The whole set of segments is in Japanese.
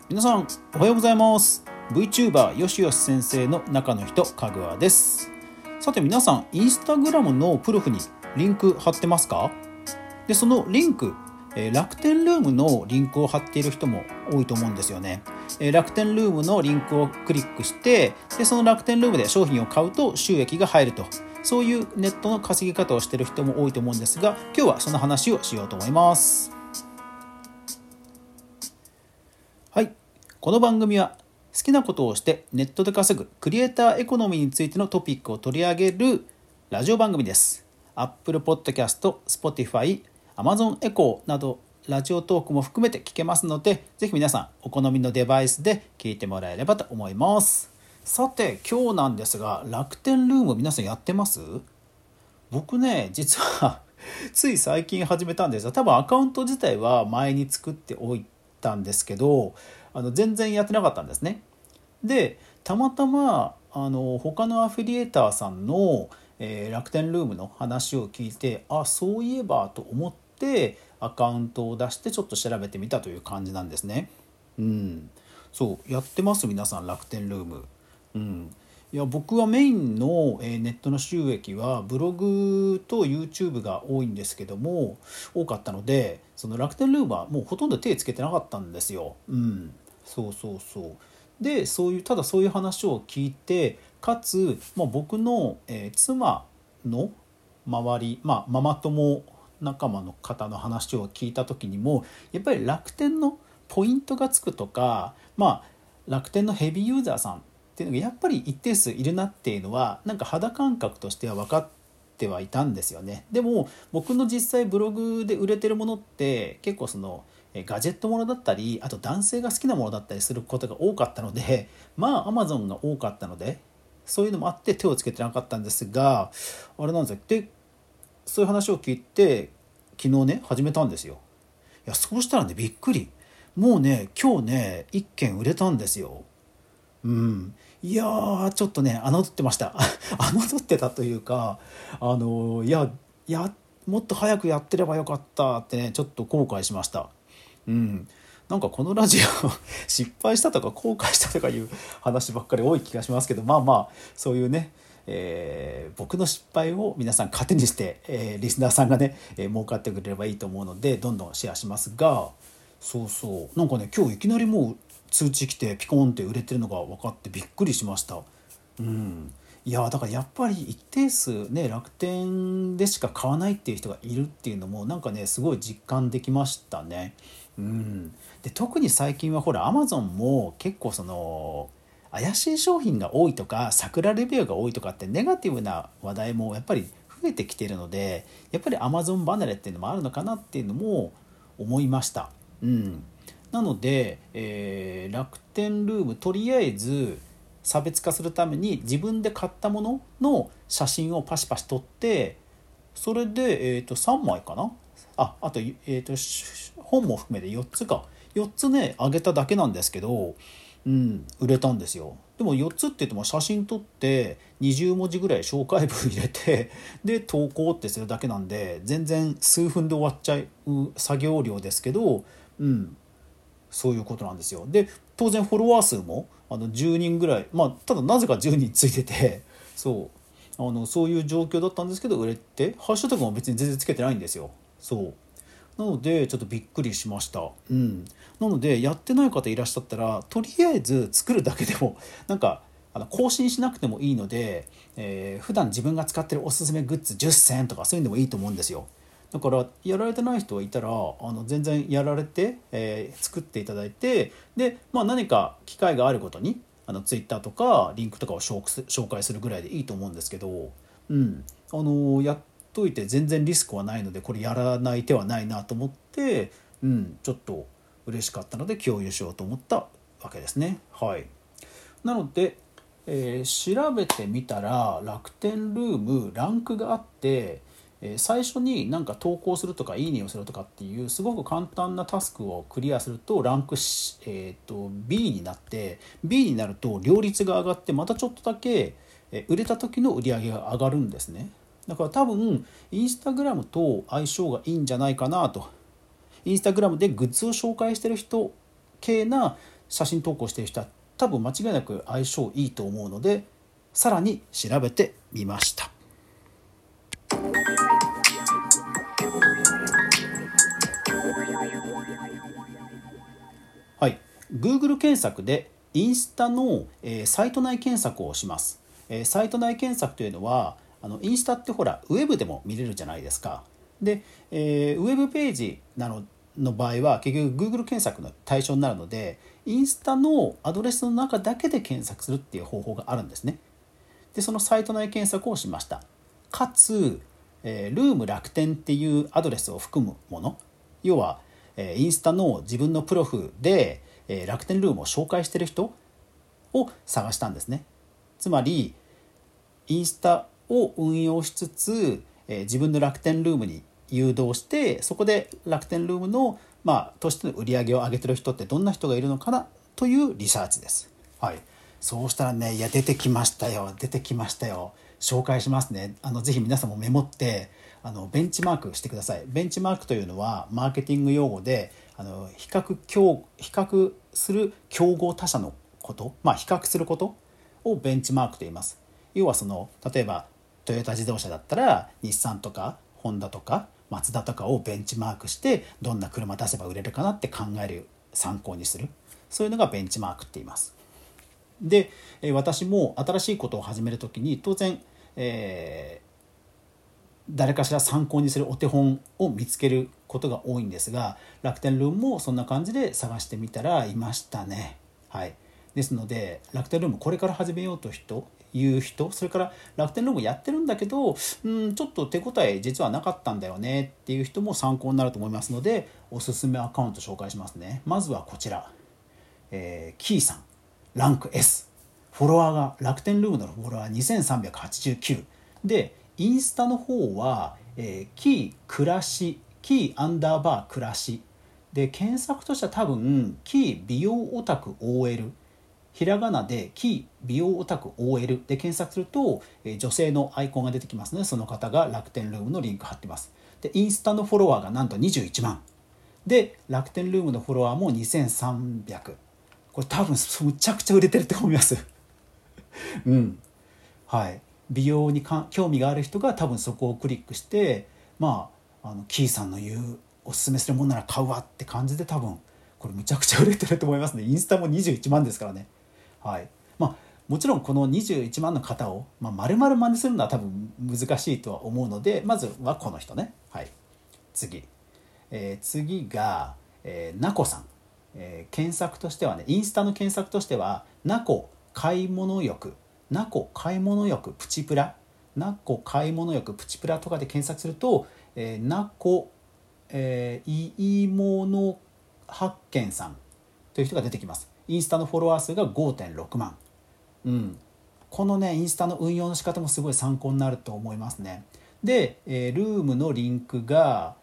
皆さんおはようございます。 VTuber よしよし先生の中の人かぐわです。さて皆さん、インスタグラムのプロフにリンク貼ってますか？でそのリンク、楽天ルームのリンクを貼っている人も多いと思うんですよね。楽天ルームのリンクをクリックして、でその楽天ルームで商品を買うと収益が入ると、そういうネットの稼ぎ方をしている人も多いと思うんですが、今日はその話をしようと思います。はい、この番組は好きなことをしてネットで稼ぐクリエイターエコノミーについてのトピックを取り上げるラジオ番組です。 Apple Podcast、Spotify、Amazon Echo などラジオトークも含めて聞けますので、ぜひ皆さんお好みのデバイスで聞いてもらえればと思います。さて今日なんですが、楽天ルーム皆さんやってます？僕ね、実はつい最近始めたんですが、多分アカウント自体は前に作っておいたんですけど、全然やってなかったんですね。でたまたま他のアフィリエーターさんの、楽天ルームの話を聞いて、そういえばと思ってアカウントを出してちょっと調べてみたという感じなんですね。そうやってます皆さん、楽天ルーム。いや僕はメインのネットの収益はブログと YouTube が多いんですけども、多かったのでその楽天ルームはもうほとんど手つけてなかったんですよ。そうでただそういう話を聞いて、かつ、僕の、妻の周り、ママ友仲間の方の話を聞いた時にも、やっぱり楽天のポイントがつくとか、楽天のヘビーユーザーさんっていうのがやっぱり一定数いるなっていうのは、なんか肌感覚としては分かってはいたんですよね。でも僕の実際ブログで売れてるものって結構そのガジェットものだったり、あと男性が好きなものだったりすることが多かったので、Amazon が多かったので、そういうのもあって手をつけてなかったんですが、あれなんですよ。でそういう話を聞いて昨日ね始めたんですよ。いやそうしたらね、びっくり。もうね今日ね1件売れたんですよ。いやーちょっとね侮ってました侮ってたというか、いやもっと早くやってればよかったってね、ちょっと後悔しました。なんかこのラジオ失敗したとか後悔したとかいう話ばっかり多い気がしますけど、そういうね、僕の失敗を皆さん糧にして、リスナーさんがね、儲かってくれればいいと思うので、どんどんシェアしますが、なんかね今日いきなりもう通知来てピコンって売れてるのが分かってびっくりしました。いやだからやっぱり一定数ね、楽天でしか買わないっていう人がいるっていうのもなんかねすごい実感できましたね。で特に最近はほら Amazon も結構その怪しい商品が多いとか桜レビューが多いとかってネガティブな話題もやっぱり増えてきているので、やっぱり Amazon 離れっていうのもあるのかなっていうのも思いました。なので、楽天ルームとりあえず差別化するために自分で買ったものの写真をパシパシ撮って、それで、3枚かな、あと、本も含めて4つか4つねあげただけなんですけど、売れたんですよ。でも4つって言っても写真撮って20文字ぐらい紹介文入れてで投稿ってするだけなんで、全然数分で終わっちゃう作業量ですけど、そういうことなんですよ。で当然フォロワー数も10人ぐらい、ただなぜか10人ついてて、そういう状況だったんですけど売れて、ハッシュタグも別に全然つけてないんですよ。なのでちょっとびっくりしました。なのでやってない方いらっしゃったら、とりあえず作るだけでもなんか更新しなくてもいいので、普段自分が使ってるおすすめグッズ10選とかそういうのもいいと思うんですよ。だからやられてない人がいたら全然やられて、作っていただいて、で、何か機会があることにツイッターとかリンクとかを紹介するぐらいでいいと思うんですけど、やっといて全然リスクはないので、これやらない手はないなと思って、ちょっと嬉しかったので共有しようと思ったわけですね。なので、調べてみたら楽天ルームランクがあって、最初に何か投稿するとかいいねをするとかっていうすごく簡単なタスクをクリアするとランク、B になって、 B になると両率が上がって、またちょっとだけ売れた時の売り上げが上がるんですね。だから多分インスタグラムと相性がいいんじゃないかなと。インスタグラムでグッズを紹介してる人系な写真投稿している人は多分間違いなく相性いいと思うので、さらに調べてみました。はい、Google 検索でインスタの、サイト内検索をします。サイト内検索というのはインスタってほらウェブでも見れるじゃないですか。で、ウェブページの場合は結局 Google 検索の対象になるので、インスタのアドレスの中だけで検索するっていう方法があるんですね。でそのサイト内検索をしました。かつ、ルーム楽天っていうアドレスを含むもの、要はインスタの自分のプロフで楽天ルームを紹介している人を探したんですね。つまりインスタを運用しつつ自分の楽天ルームに誘導して、そこで楽天ルームのとしての売り上げを上げてる人ってどんな人がいるのかなというリサーチです。はい、そうしたらね、出てきましたよ。紹介しますね。ぜひ皆さんもメモってベンチマークしてください。ベンチマークというのはマーケティング用語で比較する競合他社のこと、比較することをベンチマークと言います。要は例えばトヨタ自動車だったら日産とかホンダとかマツダとかをベンチマークして、どんな車出せば売れるかなって考える参考にする、そういうのがベンチマークって言います。で私も新しいことを始めるときに当然、誰かしら参考にするお手本を見つけることが多いんですが、楽天ルームもそんな感じで探してみたらいましたね。はい、ですので楽天ルームこれから始めようという人、それから楽天ルームやってるんだけどちょっと手応え実はなかったんだよねっていう人も参考になると思いますので、おすすめアカウント紹介しますね。まずはこちら、キーさん、ランク S、 フォロワーが楽天ルームのフォロワー2389で、インスタの方は、キーアンダーバー暮らしで、検索としては多分キー美容オタク OL、 ひらがなでキー美容オタク OL で検索すると、女性のアイコンが出てきますので、その方が楽天ルームのリンク貼ってます。でインスタのフォロワーがなんと21万で、楽天ルームのフォロワーも2300。これ多分むちゃくちゃ売れてると思いますはい、美容に興味がある人が多分そこをクリックして、キーさんの言うおすすめするものなら買うわって感じで、多分これむちゃくちゃ売れてると思いますね。インスタも21万ですからね。はい、もちろんこの21万の方を、丸々真似するのは多分難しいとは思うので、まずはこの人ね。はい、次が、なこさん、検索としてはね、インスタの検索としてはなこ買い物欲プチプラ、なこ買い物欲プチプラとかで検索すると、なこ、いいもの発見さんという人が出てきます。インスタのフォロワー数が 5.6 万。このねインスタの運用の仕方もすごい参考になると思いますね。で、ルームのリンクが、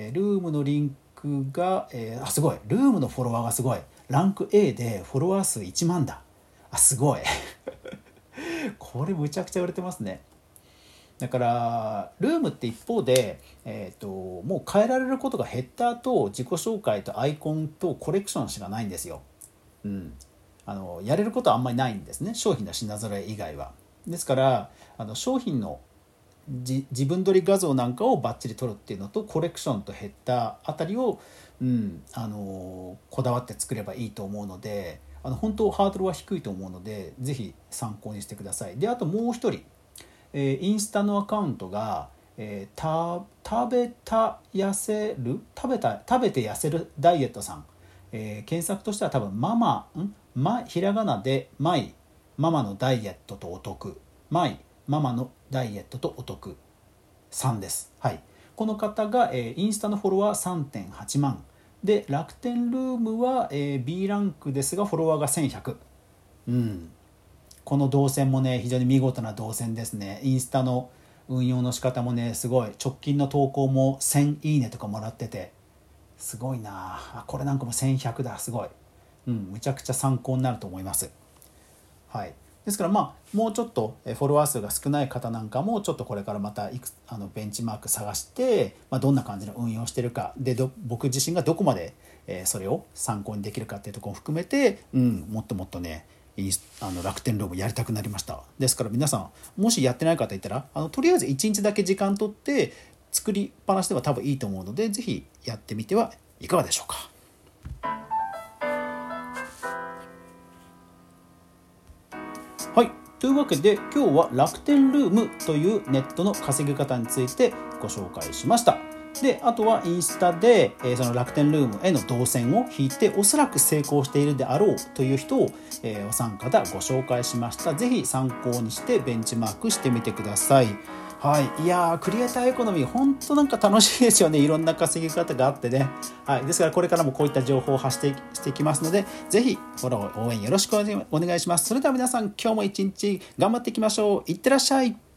すごい、ルームのフォロワーがすごい、ランク A でフォロワー数1万だ。すごいこれむちゃくちゃ売れてますね。だからルームって一方で、もう変えられることがヘッダーと自己紹介とアイコンとコレクションしかないんですよ。やれることはあんまりないんですね、商品の品揃え以外は。ですから商品の自分撮り画像なんかをバッチリ撮るっていうのと、コレクションとヘッダーあたりを、こだわって作ればいいと思うので、本当ハードルは低いと思うので、ぜひ参考にしてください。であともう一人、インスタのアカウントが、食べて痩せるダイエットさん、検索としては多分ひらがなでママのダイエットとお得、ママのダイエットとお得さんです。はい、この方が、インスタのフォロワー 3.8 万で、楽天ルームは、B ランクですがフォロワーが1100。この動線もね非常に見事な動線ですね。インスタの運用の仕方もねすごい、直近の投稿も1000いいねとかもらっててすごいな。これなんかも1100だ、すごい。むちゃくちゃ参考になると思います。はい、 ですからもうちょっとフォロワー数が少ない方なんかもちょっとこれからまたベンチマーク探して、どんな感じの運用してるかで僕自身がどこまでそれを参考にできるかっていうところも含めて、もっともっとね楽天ルームやりたくなりました。ですから皆さんもしやってない方いたらとりあえず1日だけ時間取って作りっぱなしでは多分いいと思うので、ぜひやってみてはいかがでしょうか。はい、というわけで今日は楽天ルームというネットの稼ぎ方についてご紹介しました。であとはインスタで、その楽天ルームへの動線を引いておそらく成功しているであろうという人を、お三方ご紹介しました。ぜひ参考にしてベンチマークしてみてください。はい、いやクリエイターエコノミー本当なんか楽しいですよね。いろんな稼ぎ方があってね。はい、ですからこれからもこういった情報を発していきますので、ぜひフォロー応援よろしくお願いします。それでは皆さん今日も一日頑張っていきましょう。いってらっしゃい。